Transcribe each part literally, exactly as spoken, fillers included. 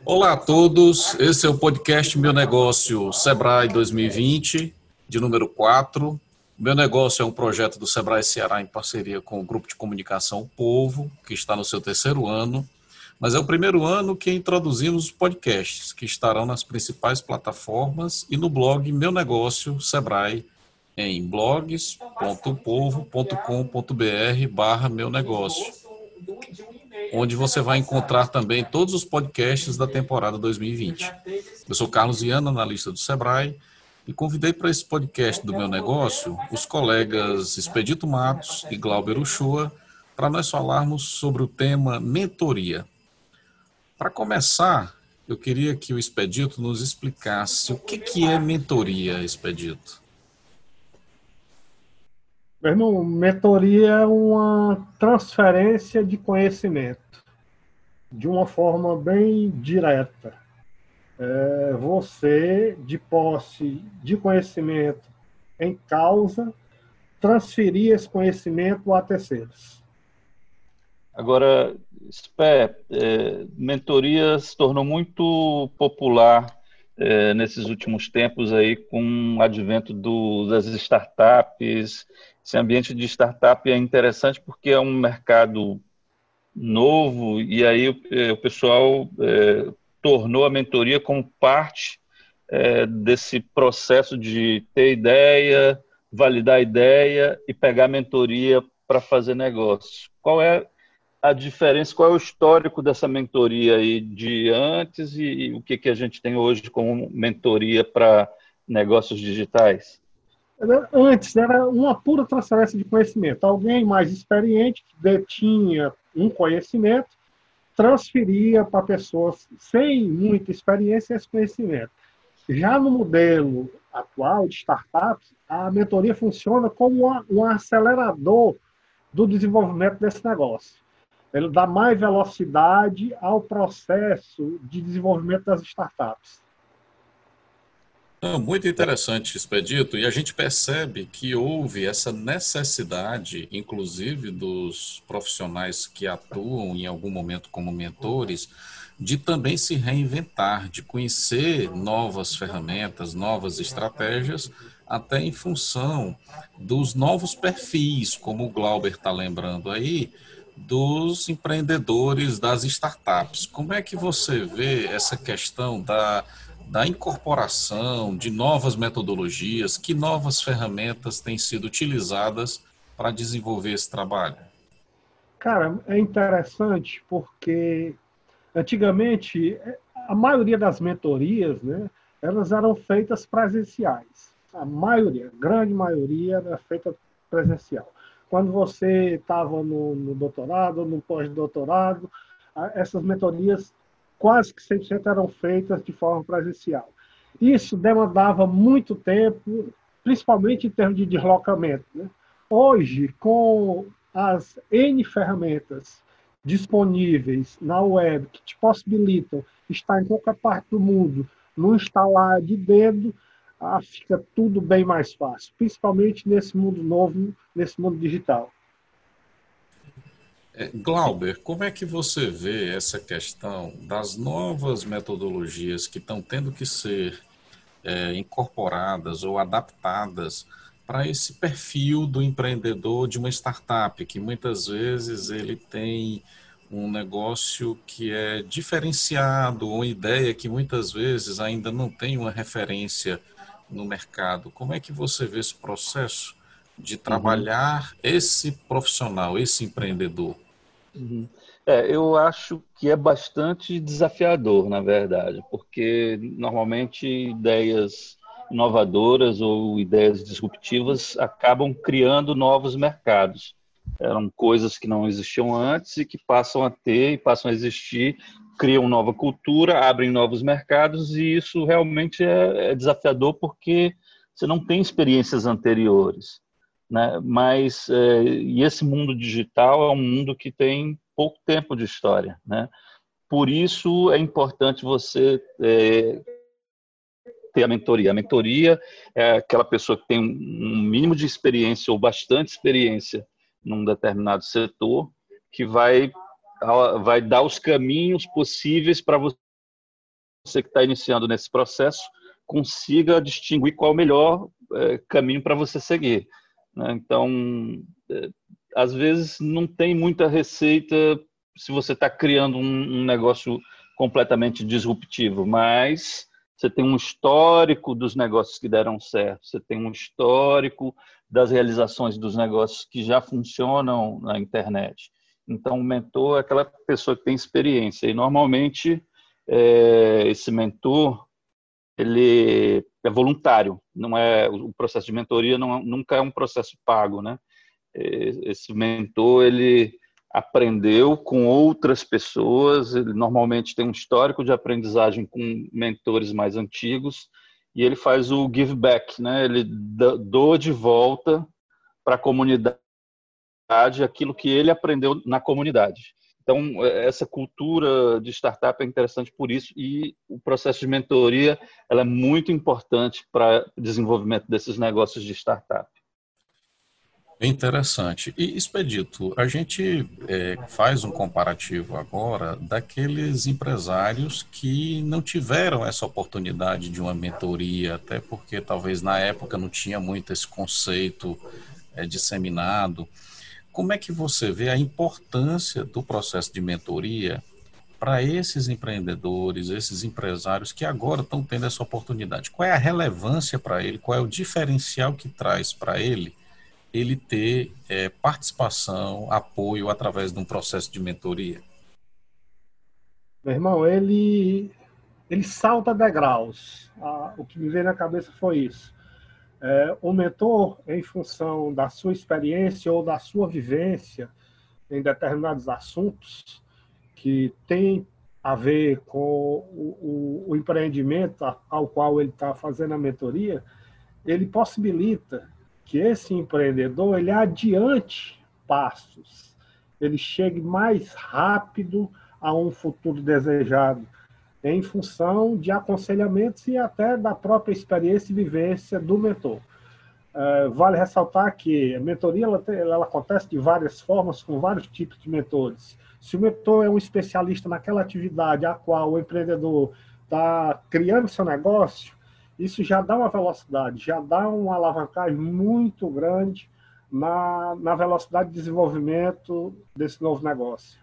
Olá a todos, esse é o podcast Meu Negócio Sebrae dois mil e vinte, de número quatro. Meu Negócio é um projeto do Sebrae Ceará em parceria com o Grupo de Comunicação Povo, que está no seu terceiro ano, mas é o primeiro ano que introduzimos os podcasts, que estarão nas principais plataformas e no blog Meu Negócio Sebrae, em blogs ponto povo ponto com ponto br barra meu negócio, onde você vai encontrar também todos os podcasts da temporada dois mil e vinte. Eu sou Carlos Viana, analista do Sebrae, e convidei para esse podcast do meu negócio os colegas Expedito Matos e Glauber Uchoa para nós falarmos sobre o tema mentoria. Para começar, eu queria que o Expedito nos explicasse o que, que é mentoria, Expedito. Meu irmão, mentoria é uma transferência de conhecimento de uma forma bem direta. É você, de posse de conhecimento em causa, transferir esse conhecimento a terceiros. Agora, Spé, é, mentoria se tornou muito popular é, nesses últimos tempos aí com o advento do, das startups. Esse ambiente de startup é interessante porque é um mercado novo e aí o, o pessoal é, tornou a mentoria como parte é, desse processo de ter ideia, validar a ideia e pegar a mentoria para fazer negócio. Qual é a diferença, qual é o histórico dessa mentoria aí de antes e, e o que, que a gente tem hoje como mentoria para negócios digitais? Antes era uma pura transferência de conhecimento. Alguém mais experiente que detinha um conhecimento transferia para pessoas sem muita experiência esse conhecimento. Já no modelo atual de startups, a mentoria funciona como uma, um acelerador do desenvolvimento desse negócio. Ele dá mais velocidade ao processo de desenvolvimento das startups. Não, muito interessante, Expedito, e a gente percebe que houve essa necessidade, inclusive dos profissionais que atuam em algum momento como mentores, de também se reinventar, de conhecer novas ferramentas, novas estratégias, até em função dos novos perfis, como o Glauber está lembrando aí, dos empreendedores, das startups. Como é que você vê essa questão da da incorporação de novas metodologias, que novas ferramentas têm sido utilizadas para desenvolver esse trabalho? Cara, é interessante porque antigamente a maioria das mentorias, né, elas eram feitas presenciais. A maioria, a grande maioria era feita presencial. Quando você estava no, no doutorado, no pós-doutorado, essas mentorias quase que cem por cento eram feitas de forma presencial. Isso demandava muito tempo, principalmente em termos de deslocamento, né? Hoje, com as N ferramentas disponíveis na web que te possibilitam estar em qualquer parte do mundo, no instalar de dedo, ah, fica tudo bem mais fácil, principalmente nesse mundo novo, nesse mundo digital. É, Glauber, como é que você vê essa questão das novas metodologias que estão tendo que ser é, incorporadas ou adaptadas para esse perfil do empreendedor de uma startup, que muitas vezes ele tem um negócio que é diferenciado, uma ideia que muitas vezes ainda não tem uma referência no mercado? Como é que você vê esse processo de Uhum, trabalhar esse profissional, esse empreendedor? uhum. É, eu acho que é bastante desafiador, na verdade, porque normalmente ideias inovadoras ou ideias disruptivas acabam criando novos mercados. Eram coisas que não existiam antes e que passam a ter e passam a existir, criam nova cultura, abrem novos mercados e isso realmente é, é desafiador porque você não tem experiências anteriores, né? Mas é, e esse mundo digital é um mundo que tem pouco tempo de história, né? Por isso é importante você é, ter a mentoria. A mentoria é aquela pessoa que tem um mínimo de experiência ou bastante experiência num determinado setor que vai vai dar os caminhos possíveis para você você que está iniciando nesse processo consiga distinguir qual é o melhor é, caminho para você seguir, né? Então, é, às vezes não tem muita receita se você está criando um, um negócio completamente disruptivo, mas você tem um histórico dos negócios que deram certo, você tem um histórico das realizações dos negócios que já funcionam na internet. Então, o mentor é aquela pessoa que tem experiência. E, normalmente, é, esse mentor ele é voluntário. Não é, o processo de mentoria não, nunca é um processo pago, né? Esse mentor, ele aprendeu com outras pessoas, ele normalmente tem um histórico de aprendizagem com mentores mais antigos, e ele faz o give back, né? Ele doa de volta para a comunidade aquilo que ele aprendeu na comunidade. Então, essa cultura de startup é interessante por isso, e o processo de mentoria ela é muito importante para o desenvolvimento desses negócios de startup. É interessante. E, Expedito, a gente é, faz um comparativo agora daqueles empresários que não tiveram essa oportunidade de uma mentoria, até porque talvez na época não tinha muito esse conceito é, disseminado. Como é que você vê a importância do processo de mentoria para esses empreendedores, esses empresários que agora estão tendo essa oportunidade? Qual é a relevância para ele? Qual é o diferencial que traz para ele ele ter é, participação, apoio através de um processo de mentoria? Meu irmão, ele, ele salta degraus. Ah, o que me veio na cabeça foi isso. É, o mentor, em função da sua experiência ou da sua vivência em determinados assuntos que tem a ver com o, o, o empreendimento ao qual ele está fazendo a mentoria, ele possibilita que esse empreendedor ele adiante passos, ele chegue mais rápido a um futuro desejado, em função de aconselhamentos e até da própria experiência e vivência do mentor. Uh, vale ressaltar que a mentoria ela, tem, ela acontece de várias formas, com vários tipos de mentores. Se o mentor é um especialista naquela atividade a qual o empreendedor está criando seu negócio, isso já dá uma velocidade, já dá uma alavancagem muito grande na, na velocidade de desenvolvimento desse novo negócio.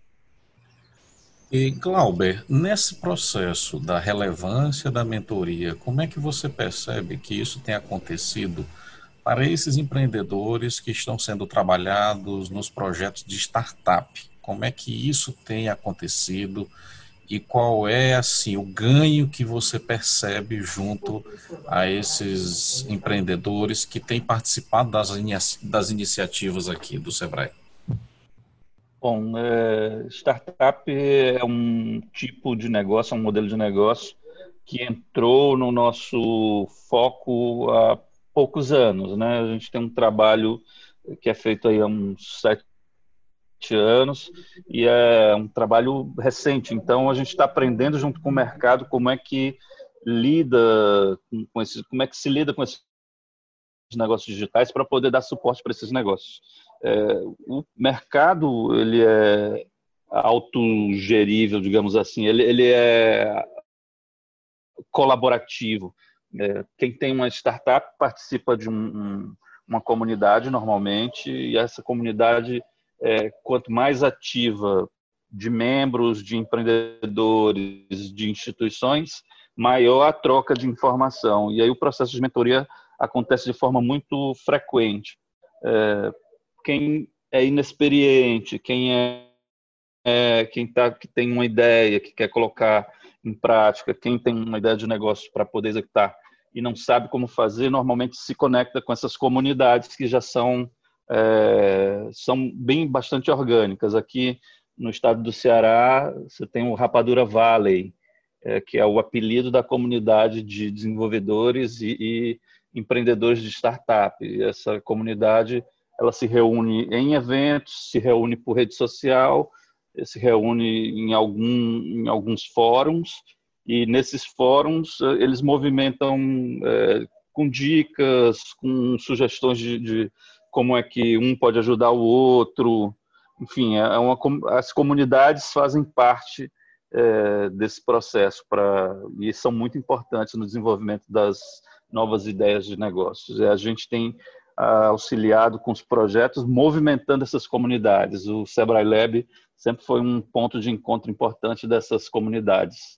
E, Glauber, nesse processo da relevância da mentoria, como é que você percebe que isso tem acontecido para esses empreendedores que estão sendo trabalhados nos projetos de startup? Como é que isso tem acontecido e qual é assim o ganho que você percebe junto a esses empreendedores que têm participado das, das iniciativas aqui do Sebrae? Bom, é, startup é um tipo de negócio, é um modelo de negócio que entrou no nosso foco há poucos anos, né? A gente tem um trabalho que é feito aí há uns sete anos e é um trabalho recente. Então, a gente está aprendendo junto com o mercado como é que lida com esses, como é que se lida com esses negócios digitais para poder dar suporte para esses negócios. É, o mercado ele é autogerível, digamos assim, ele, ele é colaborativo. É, quem tem uma startup participa de um, um, uma comunidade normalmente, e essa comunidade, é, quanto mais ativa de membros, de empreendedores, de instituições, maior a troca de informação. E aí o processo de mentoria acontece de forma muito frequente. É, quem é inexperiente, quem é, é quem tá, que tem uma ideia, que quer colocar em prática, quem tem uma ideia de negócio para poder executar e não sabe como fazer, normalmente se conecta com essas comunidades que já são, é, são bem bastante orgânicas. Aqui no estado do Ceará, você tem o Rapadura Valley, é, que é o apelido da comunidade de desenvolvedores e, e empreendedores de startup. E essa comunidade ela se reúne em eventos, se reúne por rede social, se reúne em, algum, em alguns fóruns, e nesses fóruns eles movimentam é, com dicas, com sugestões de, de como é que um pode ajudar o outro. Enfim, é uma, as comunidades fazem parte é, desse processo pra, e são muito importantes no desenvolvimento das novas ideias de negócios. A gente tem ah, auxiliado com os projetos, movimentando essas comunidades. O Sebrae Lab sempre foi um ponto de encontro importante dessas comunidades.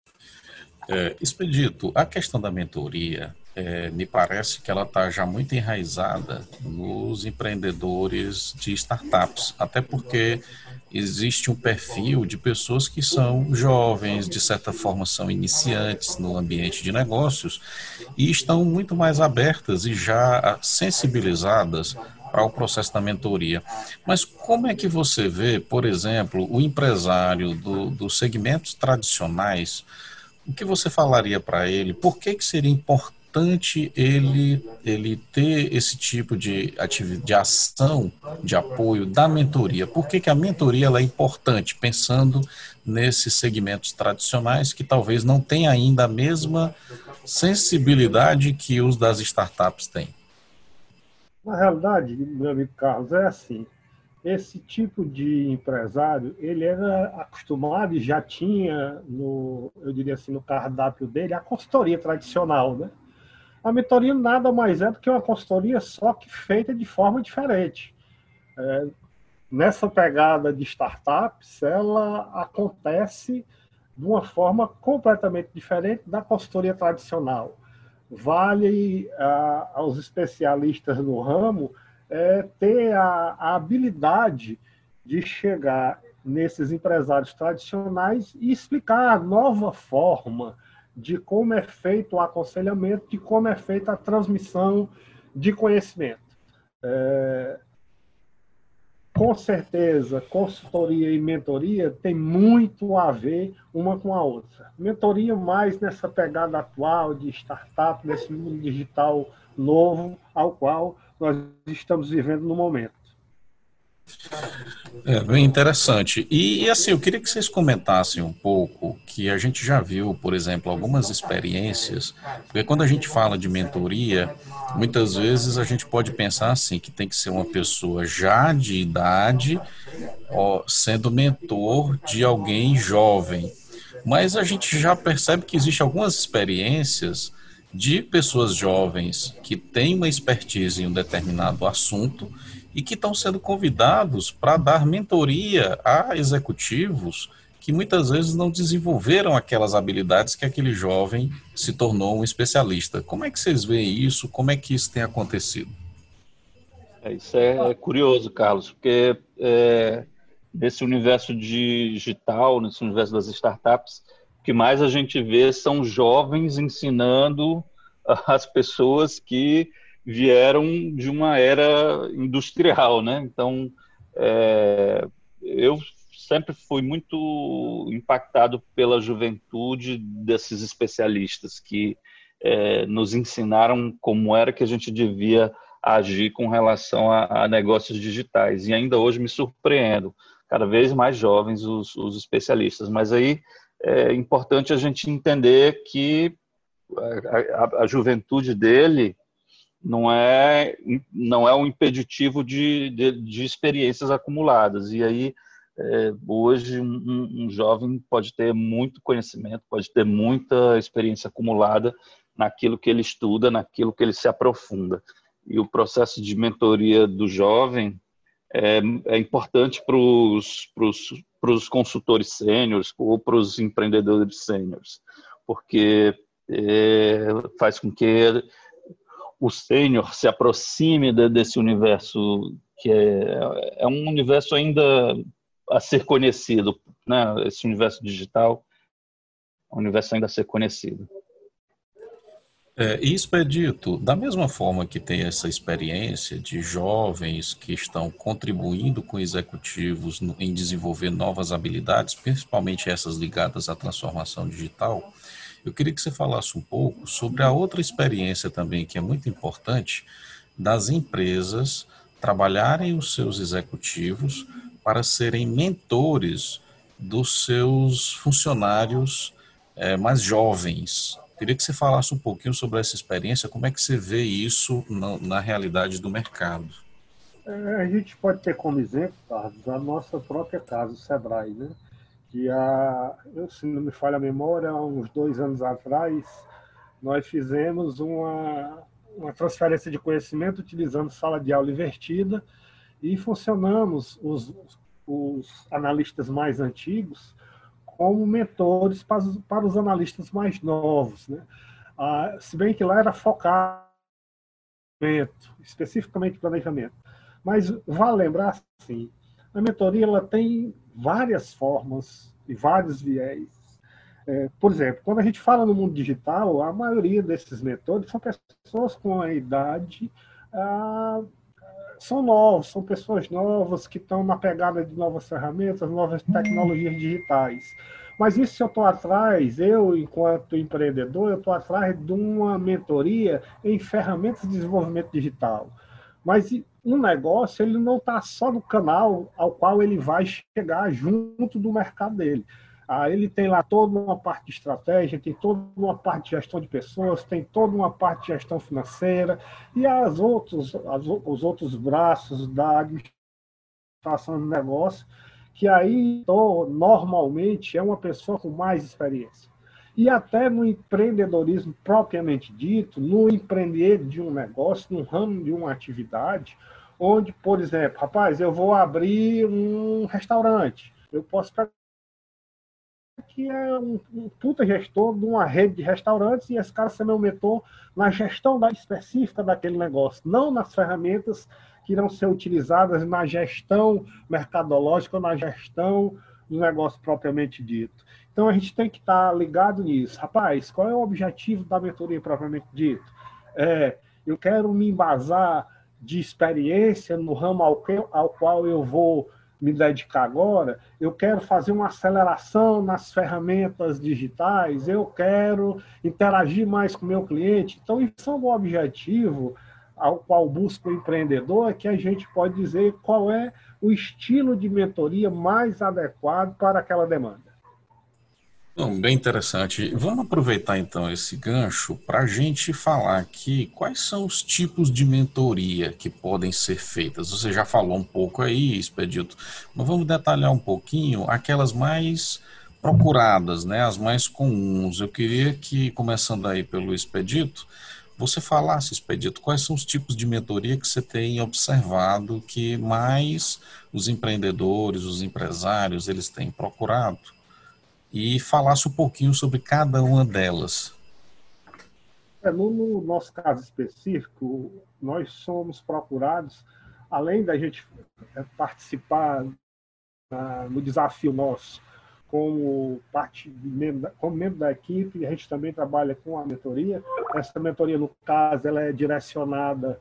É, Expedito, a questão da mentoria, é, me parece que ela está já muito enraizada nos empreendedores de startups, até porque existe um perfil de pessoas que são jovens, de certa forma são iniciantes no ambiente de negócios e estão muito mais abertas e já sensibilizadas para o processo da mentoria. Mas como é que você vê, por exemplo, o empresário do, dos segmentos tradicionais? O que você falaria para ele? Por que que seria importante ele, ele ter esse tipo de, atividade, de ação, de apoio da mentoria? Por que que a mentoria ela é importante, pensando nesses segmentos tradicionais que talvez não tenham ainda a mesma sensibilidade que os das startups têm? Na realidade, meu amigo Carlos, é assim. Esse tipo de empresário, ele era acostumado e já tinha, no, eu diria assim, no cardápio dele, a consultoria tradicional, né? A mentoria nada mais é do que uma consultoria, só que feita de forma diferente. É, nessa pegada de startups, ela acontece de uma forma completamente diferente da consultoria tradicional. Vale a, aos especialistas no ramo é, ter a, a habilidade de chegar nesses empresários tradicionais e explicar a nova forma de como é feito o aconselhamento, de como é feita a transmissão de conhecimento. É, com certeza, consultoria e mentoria tem muito a ver uma com a outra. Mentoria mais nessa pegada atual de startup, nesse mundo digital novo ao qual nós estamos vivendo no momento. É bem interessante. E, e, assim, eu queria que vocês comentassem um pouco que a gente já viu, por exemplo, algumas experiências, porque quando a gente fala de mentoria, muitas vezes a gente pode pensar assim, que tem que ser uma pessoa já de idade, ó, sendo mentor de alguém jovem. Mas a gente já percebe que existem algumas experiências de pessoas jovens que têm uma expertise em um determinado assunto e que estão sendo convidados para dar mentoria a executivos que muitas vezes não desenvolveram aquelas habilidades que aquele jovem se tornou um especialista. Como é que vocês veem isso? Como é que isso tem acontecido? É, isso é curioso, Carlos, porque é, nesse universo digital, nesse universo das startups, o que mais a gente vê são jovens ensinando as pessoas que vieram de uma era industrial, né? Então, é, eu sempre fui muito impactado pela juventude desses especialistas que é, nos ensinaram como era que a gente devia agir com relação a, a negócios digitais. E ainda hoje me surpreendo, cada vez mais jovens os, os especialistas. Mas aí é importante a gente entender que a, a, a juventude dele não é, não é um impeditivo de, de, de experiências acumuladas. E aí, é, hoje, um, um jovem pode ter muito conhecimento, pode ter muita experiência acumulada naquilo que ele estuda, naquilo que ele se aprofunda. E o processo de mentoria do jovem é, é importante para os consultores sêniores ou para os empreendedores sêniores, porque é, faz com que o sênior se aproxime de, desse universo que é, é um universo ainda a ser conhecido, né? Esse universo digital é um universo ainda a ser conhecido. É, e Expedito, da mesma forma que tem essa experiência de jovens que estão contribuindo com executivos no, em desenvolver novas habilidades, principalmente essas ligadas à transformação digital, eu queria que você falasse um pouco sobre a outra experiência também, que é muito importante, das empresas trabalharem os seus executivos para serem mentores dos seus funcionários é, mais jovens. Eu queria que você falasse um pouquinho sobre essa experiência, como é que você vê isso na, na realidade do mercado. É, a gente pode ter como exemplo, Carlos, a nossa própria casa, o Sebrae, né? que a, eu, se não me falha a memória, há uns dois anos atrás, nós fizemos uma, uma transferência de conhecimento utilizando sala de aula invertida e funcionamos os, os analistas mais antigos como mentores para os, para os analistas mais novos, né? Ah, se bem que lá era focado especificamente planejamento. Mas vale lembrar, sim, a mentoria ela tem várias formas e vários viés. É, por exemplo, quando a gente fala no mundo digital, a maioria desses mentores são pessoas com a idade, ah, são novos, são pessoas novas que estão na pegada de novas ferramentas, novas tecnologias digitais. Mas isso se eu estou atrás, eu, enquanto empreendedor, eu estou atrás de uma mentoria em ferramentas de desenvolvimento digital. Mas um negócio, ele não está só no canal ao qual ele vai chegar junto do mercado dele. Ah, ele tem lá toda uma parte de estratégia, tem toda uma parte de gestão de pessoas, tem toda uma parte de gestão financeira e as outros, as, os outros braços da administração do negócio, que aí normalmente é uma pessoa com mais experiência. E até no empreendedorismo propriamente dito, no empreender de um negócio, no ramo de uma atividade, onde, por exemplo, rapaz, eu vou abrir um restaurante, eu posso pegar que é um, um puta gestor de uma rede de restaurantes e esse cara ser meu mentor na gestão da, específica daquele negócio, não nas ferramentas que irão ser utilizadas na gestão mercadológica ou na gestão do negócio propriamente dito. Então, a gente tem que estar ligado nisso. Rapaz, qual é o objetivo da mentoria propriamente dito? É, eu quero me embasar de experiência no ramo ao, que, ao qual eu vou me dedicar agora, eu quero fazer uma aceleração nas ferramentas digitais, eu quero interagir mais com o meu cliente. Então, isso é um objetivo ao qual busca o empreendedor, que a gente pode dizer qual é o estilo de mentoria mais adequado para aquela demanda. Bom, bem interessante. Vamos aproveitar então esse gancho para a gente falar aqui quais são os tipos de mentoria que podem ser feitas. Você já falou um pouco aí, Expedito, mas vamos detalhar um pouquinho aquelas mais procuradas, né, as mais comuns. Eu queria que, começando aí pelo Expedito, você falasse, Expedito, quais são os tipos de mentoria que você tem observado que mais os empreendedores, os empresários, eles têm procurado? E falasse um pouquinho sobre cada uma delas. É, no, no nosso caso específico, nós somos procurados, além da gente participar uh, no desafio nosso como parte de membro, como membro da equipe, a gente também trabalha com a mentoria. Essa mentoria, no caso, ela é direcionada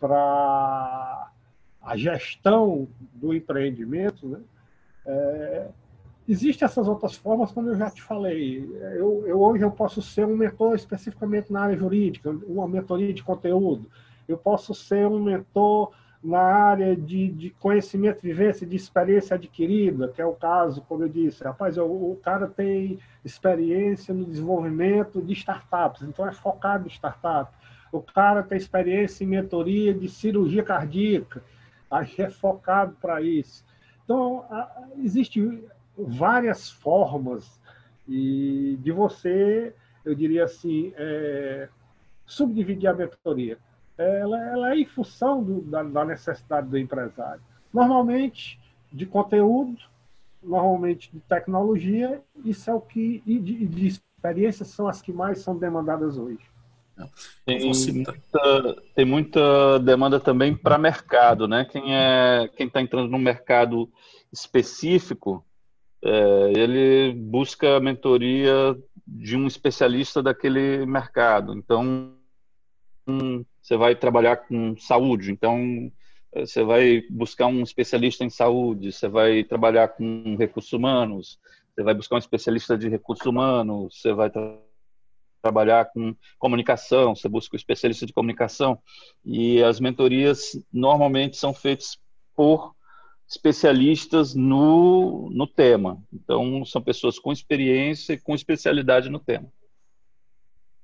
para a gestão do empreendimento, né? É, Existem essas outras formas, como eu já te falei. Eu, eu, hoje eu posso ser um mentor especificamente na área jurídica, uma mentoria de conteúdo. Eu posso ser um mentor na área de, de conhecimento, vivência, de experiência adquirida, que é o caso, como eu disse. Rapaz, eu, o cara tem experiência no desenvolvimento de startups, então é focado em startup. O cara tem experiência em mentoria de cirurgia cardíaca, aí é focado para isso. Então, existe várias formas e de você, eu diria assim, é, subdividir a mentoria. Ela, ela é em função do, da, da necessidade do empresário. Normalmente de conteúdo, normalmente de tecnologia, isso é o que, e de, de experiências são as que mais são demandadas hoje. Tem muita, tem muita demanda também para mercado, né? Quem é, quem está entrando no mercado específico, É, ele busca a mentoria de um especialista daquele mercado. Então, você vai trabalhar com saúde, então você vai buscar um especialista em saúde, você vai trabalhar com recursos humanos, você vai buscar um especialista de recursos humanos, você vai tra trabalhar com comunicação, você busca um especialista de comunicação. E as mentorias normalmente são feitas por especialistas no, no tema. Então, são pessoas com experiência e com especialidade no tema.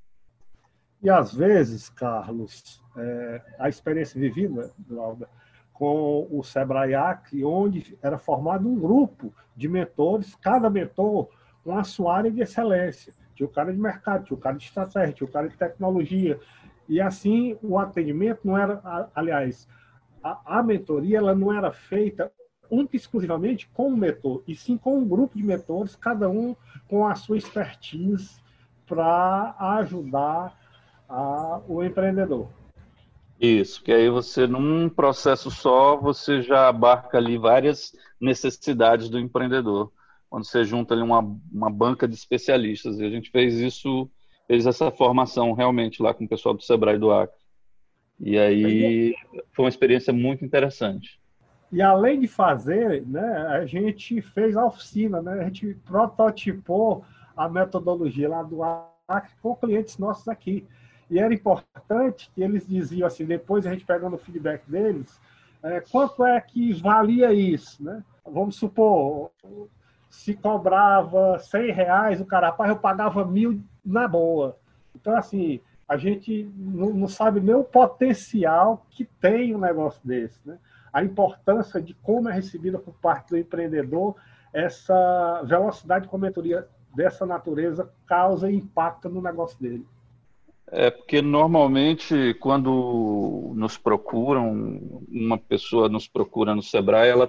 E, às vezes, Carlos, é, a experiência vivida, Glauber, com o Sebrae Acre, onde era formado um grupo de mentores, cada mentor com a sua área de excelência. Tinha o cara de mercado, tinha o cara de estratégia, tinha o cara de tecnologia. E assim, o atendimento não era, aliás, a, a mentoria ela não era feita única e exclusivamente com o mentor, e sim com um grupo de mentores, cada um com a sua expertise para ajudar a, o empreendedor. Isso, que aí você, num processo só, você já abarca ali várias necessidades do empreendedor, quando você junta ali uma, uma banca de especialistas. E a gente fez isso, fez essa formação realmente lá com o pessoal do Sebrae do Acre. E aí foi uma experiência muito interessante. E além de fazer, né, a gente fez a oficina, né, a gente prototipou a metodologia lá do Acre com clientes nossos aqui. E era importante que eles diziam assim, depois a gente pegando o feedback deles, é, quanto é que valia isso, né? Vamos supor, se cobrava cem reais, o cara, rapaz, eu pagava mil na boa. Então, assim, a gente não, não sabe nem o potencial que tem um negócio desse, né? A importância de como é recebida por parte do empreendedor essa velocidade de mentoria dessa natureza causa impacto no negócio dele. É porque normalmente quando nos procuram, uma pessoa nos procura no Sebrae, ela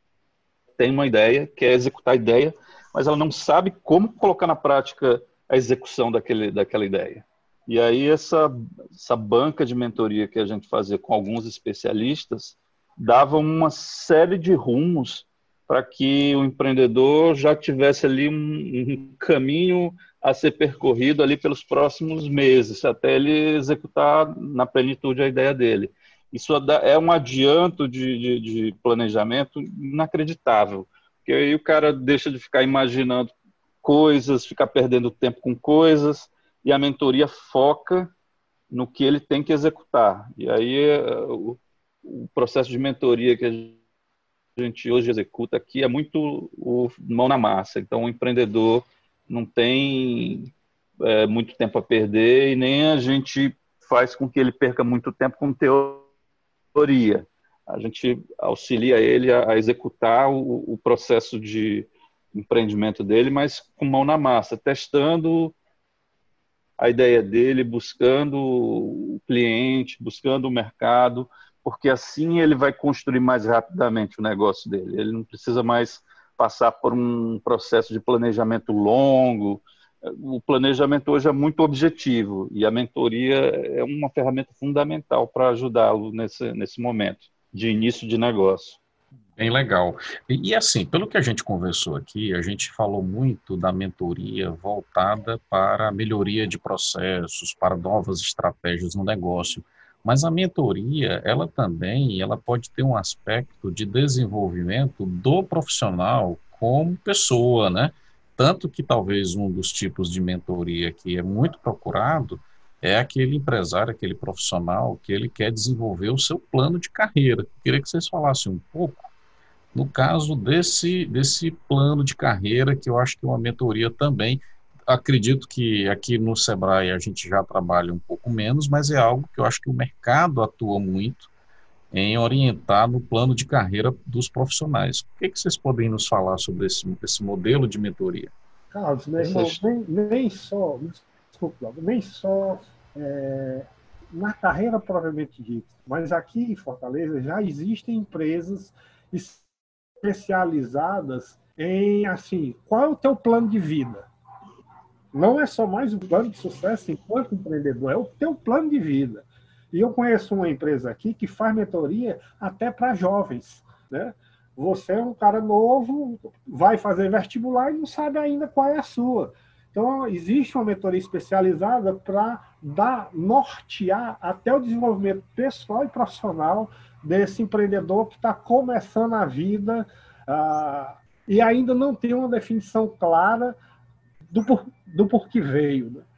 tem uma ideia, quer executar a ideia, mas ela não sabe como colocar na prática a execução daquele, daquela ideia. E aí essa, essa banca de mentoria que a gente fazia com alguns especialistas dava uma série de rumos para que o empreendedor já tivesse ali um, um caminho a ser percorrido ali pelos próximos meses, até ele executar na plenitude a ideia dele. Isso é um adianto de, de, de planejamento inacreditável, porque aí o cara deixa de ficar imaginando coisas, ficar perdendo tempo com coisas, e a mentoria foca no que ele tem que executar. E aí o, o processo de mentoria que a gente hoje executa aqui é muito o mão na massa. Então o empreendedor não tem é, muito tempo a perder e nem a gente faz com que ele perca muito tempo com teoria. A gente auxilia ele a, a executar o, o processo de empreendimento dele, mas com mão na massa, testando a ideia dele, buscando o cliente, buscando o mercado, porque assim ele vai construir mais rapidamente o negócio dele. Ele não precisa mais passar por um processo de planejamento longo. O planejamento hoje é muito objetivo e a mentoria é uma ferramenta fundamental para ajudá-lo nesse, nesse momento de início de negócio. Bem legal. E, e assim, pelo que a gente conversou aqui, a gente falou muito da mentoria voltada para a melhoria de processos, para novas estratégias no negócio. Mas a mentoria, ela também, ela pode ter um aspecto de desenvolvimento do profissional como pessoa, né? Tanto que talvez um dos tipos de mentoria que é muito procurado é aquele empresário, aquele profissional que ele quer desenvolver o seu plano de carreira. Eu queria que vocês falassem um pouco no caso desse, desse plano de carreira, que eu acho que uma mentoria também, acredito que aqui no Sebrae a gente já trabalha um pouco menos, mas é algo que eu acho que o mercado atua muito em orientar no plano de carreira dos profissionais. O que, que vocês podem nos falar sobre esse, esse modelo de mentoria? Carlos, meu irmão, nem, nem só, desculpa, nem só é, na carreira propriamente dita, mas aqui em Fortaleza já existem empresas especializadas em, assim, qual é o teu plano de vida? Não é só mais um plano de sucesso enquanto empreendedor, é o teu plano de vida. E eu conheço uma empresa aqui que faz mentoria até para jovens, né? Você é um cara novo, vai fazer vestibular e não sabe ainda qual é a sua. Então, existe uma mentoria especializada para dar, nortear até o desenvolvimento pessoal e profissional desse empreendedor que está começando a vida uh, e ainda não tem uma definição clara do, por, do porquê veio. Né?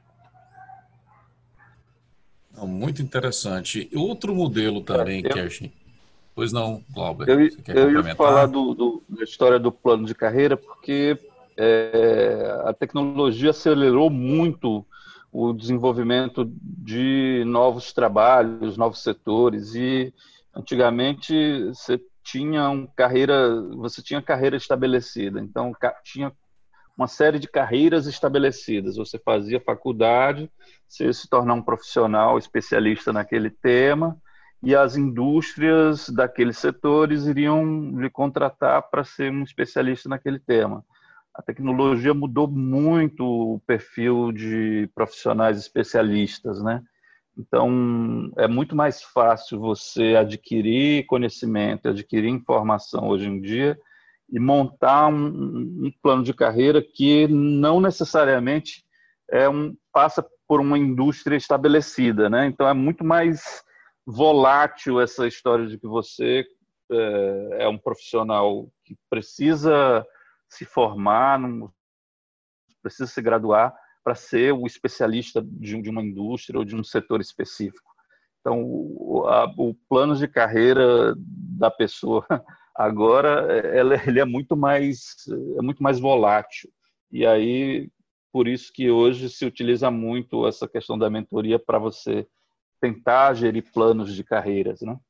Muito interessante. Outro modelo também eu, que a gente... Pois não, Glauber, eu, você quer eu complementar? ia falar do, do, da história do plano de carreira, porque é, a tecnologia acelerou muito o desenvolvimento de novos trabalhos, novos setores, e Antigamente, você tinha um carreira, você tinha carreira estabelecida, então tinha uma série de carreiras estabelecidas. Você fazia faculdade, você ia se tornar um profissional especialista naquele tema, e as indústrias daqueles setores iriam lhe contratar para ser um especialista naquele tema. A tecnologia mudou muito o perfil de profissionais especialistas, né? Então, é muito mais fácil você adquirir conhecimento, adquirir informação hoje em dia e montar um, um plano de carreira que não necessariamente é um, passa por uma indústria estabelecida, né? Então, é muito mais volátil essa história de que você é, é um profissional que precisa se formar, não, precisa se graduar para ser o especialista de, de uma indústria ou de um setor específico. Então, o, a, o plano de carreira da pessoa agora, ela, ele é muito mais, é muito mais volátil. E aí, por isso que hoje se utiliza muito essa questão da mentoria para você tentar gerir planos de carreiras, né?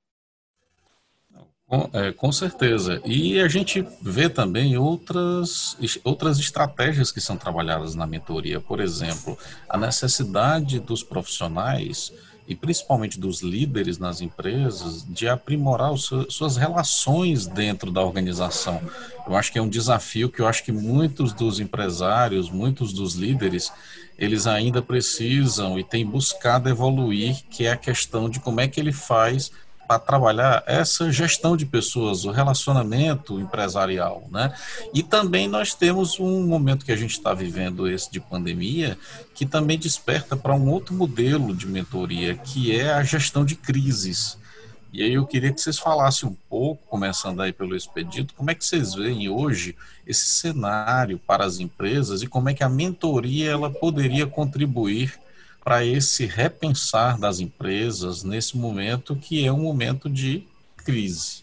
Com, é, com certeza. E a gente vê também outras, outras estratégias que são trabalhadas na mentoria. Por exemplo, a necessidade dos profissionais, e principalmente dos líderes nas empresas, de aprimorar os, suas relações dentro da organização. Eu acho que é um desafio que eu acho que muitos dos empresários, muitos dos líderes, eles ainda precisam e têm buscado evoluir, que é a questão de como é que ele faz para trabalhar essa gestão de pessoas, o relacionamento empresarial, né? E também nós temos um momento que a gente está vivendo, esse de pandemia, que também desperta para um outro modelo de mentoria, que é a gestão de crises. E aí eu queria que vocês falassem um pouco, começando aí pelo Expedito, como é que vocês veem hoje esse cenário para as empresas e como é que a mentoria ela poderia contribuir para esse repensar das empresas nesse momento que é um momento de crise.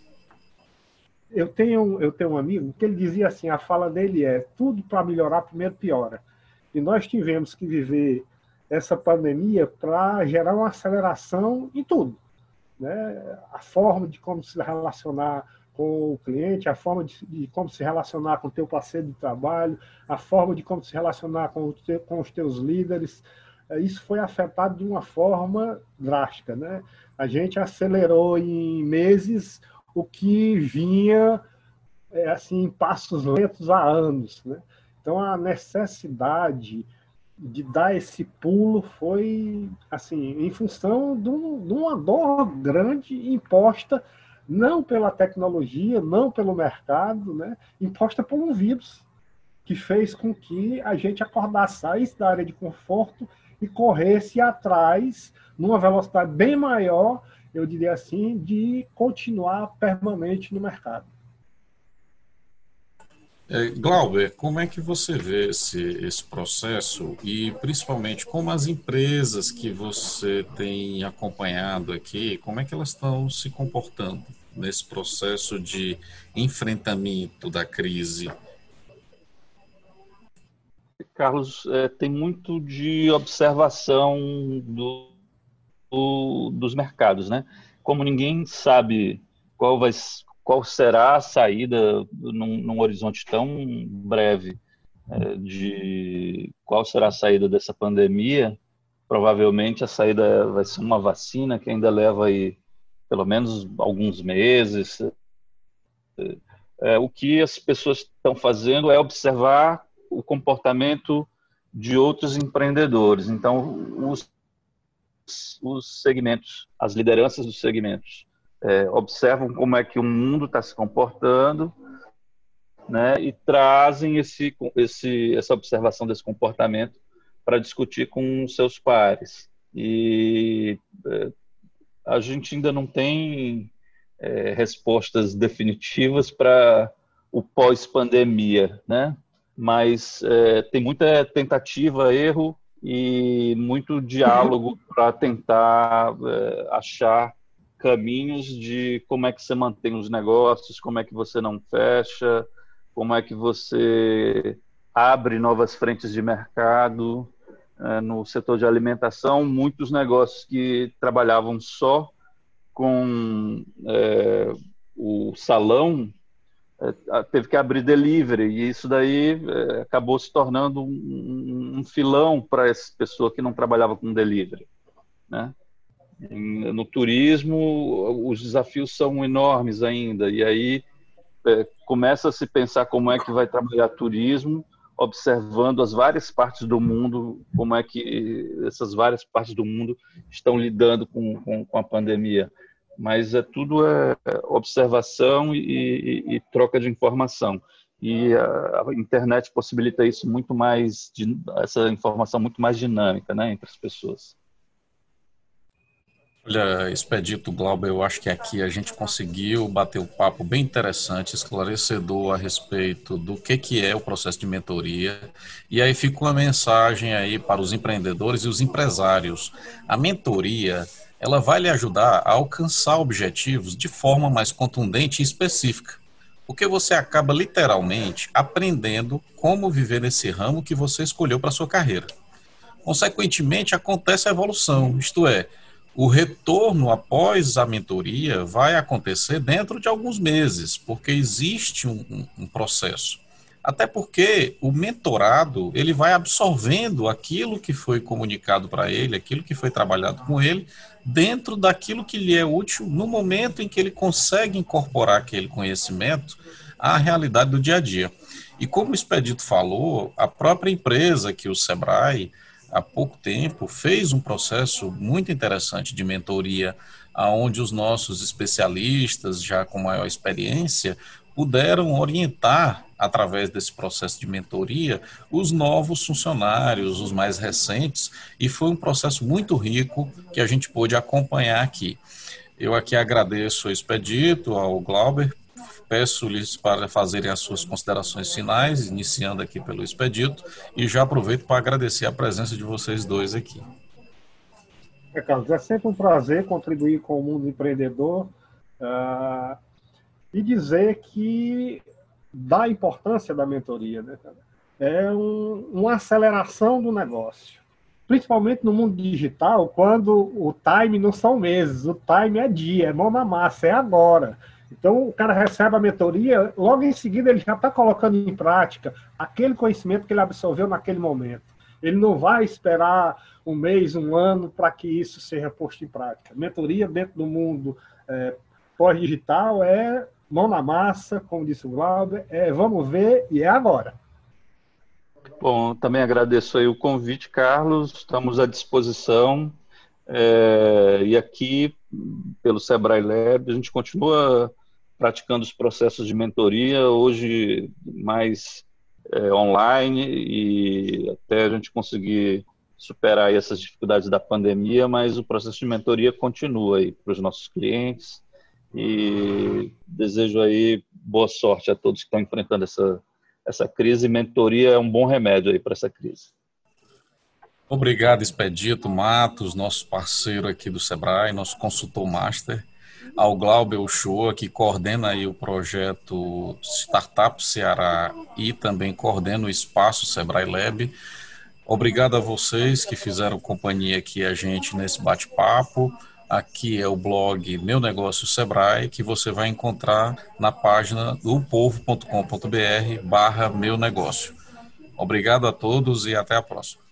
Eu tenho, eu tenho um amigo que ele dizia assim, a fala dele é, tudo para melhorar primeiro piora. E nós tivemos que viver essa pandemia para gerar uma aceleração em tudo, né? A forma de como se relacionar com o cliente, a forma de, de como se relacionar com o teu parceiro de trabalho, a forma de como se relacionar com, te, com os teus líderes. Isso foi afetado de uma forma drástica, né? A gente acelerou em meses o que vinha é, assim, em passos lentos há anos, né? Então, a necessidade de dar esse pulo foi assim, em função de, um, de uma dor grande imposta não pela tecnologia, não pelo mercado, né? Imposta por um vírus que fez com que a gente acordasse, saísse da área de conforto e corresse atrás, numa velocidade bem maior, eu diria assim, de continuar permanente no mercado. É, Glauber, como é que você vê esse, esse processo e principalmente como as empresas que você tem acompanhado aqui, como é que elas estão se comportando nesse processo de enfrentamento da crise? Carlos, é, tem muito de observação do, do, dos mercados, né? Como ninguém sabe qual, vai, qual será a saída num, num horizonte tão breve é, de qual será a saída dessa pandemia, provavelmente a saída vai ser uma vacina que ainda leva aí pelo menos alguns meses. É, o que as pessoas estão fazendo é observar o comportamento de outros empreendedores. Então, os, os segmentos, as lideranças dos segmentos, é, observam como é que o mundo está se comportando, né, e trazem esse, esse, essa observação desse comportamento para discutir com os seus pares. E é, a gente ainda não tem é, respostas definitivas para o pós-pandemia, né? Mas é, tem muita tentativa, erro e muito diálogo para tentar é, achar caminhos de como é que você mantém os negócios, como é que você não fecha, como é que você abre novas frentes de mercado. É, no setor de alimentação, muitos negócios que trabalhavam só com é, o salão, é, teve que abrir delivery, e isso daí é, acabou se tornando um, um filão para essa pessoa que não trabalhava com delivery, né? No turismo, os desafios são enormes ainda, e aí é, começa a se pensar como é que vai trabalhar turismo, observando as várias partes do mundo, como é que essas várias partes do mundo estão lidando com, com, com a pandemia. Mas é tudo é observação e, e, e troca de informação. E a, a internet possibilita isso muito mais, essa informação muito mais dinâmica, né, entre as pessoas. Olha, Expedito, Glauber, eu acho que aqui a gente conseguiu bater um papo bem interessante, esclarecedor a respeito do que, que é o processo de mentoria. E aí fica uma mensagem aí para os empreendedores e os empresários. A mentoria, ela vai lhe ajudar a alcançar objetivos de forma mais contundente e específica, porque você acaba literalmente aprendendo como viver nesse ramo que você escolheu para a sua carreira. Consequentemente, acontece a evolução, isto é, o retorno após a mentoria vai acontecer dentro de alguns meses, porque existe um, um, um processo. Até porque o mentorado, ele vai absorvendo aquilo que foi comunicado para ele, aquilo que foi trabalhado com ele, dentro daquilo que lhe é útil no momento em que ele consegue incorporar aquele conhecimento à realidade do dia a dia. E como o Expedito falou, a própria empresa que o Sebrae, há pouco tempo, fez um processo muito interessante de mentoria, onde os nossos especialistas, já com maior experiência, puderam orientar, através desse processo de mentoria, os novos funcionários, os mais recentes, e foi um processo muito rico que a gente pôde acompanhar aqui. Eu aqui agradeço ao Expedito, ao Glauber, peço-lhes para fazerem as suas considerações finais, iniciando aqui pelo Expedito, e já aproveito para agradecer a presença de vocês dois aqui. É, Carlos, é sempre um prazer contribuir com o mundo empreendedor uh, e dizer que dá importância da mentoria, né, cara? É um, uma aceleração do negócio, principalmente no mundo digital, quando o time não são meses, o time é dia, é mão na massa, é agora. Então, o cara recebe a mentoria, logo em seguida ele já está colocando em prática aquele conhecimento que ele absorveu naquele momento. Ele não vai esperar um mês, um ano, para que isso seja posto em prática. Mentoria dentro do mundo é, pós-digital é mão na massa, como disse o Glauber, é vamos ver e é agora. Bom, também agradeço aí o convite, Carlos, estamos à disposição. É, e aqui, pelo Sebrae Lab, a gente continua praticando os processos de mentoria, hoje mais é, online, e até a gente conseguir superar aí essas dificuldades da pandemia, mas o processo de mentoria continua aí para os nossos clientes, e desejo aí boa sorte a todos que estão enfrentando essa, essa crise. Mentoria é um bom remédio aí para essa crise. Obrigado, Expedito Matos, nosso parceiro aqui do Sebrae, nosso consultor master, ao Glauber Uchoa, que coordena aí o projeto Startup Ceará e também coordena o espaço Sebrae Lab. Obrigado a vocês que fizeram companhia aqui a gente nesse bate-papo. Aqui é o blog Meu Negócio Sebrae, que você vai encontrar na página do povo ponto com ponto br barra meu negócio. Obrigado a todos e até a próxima.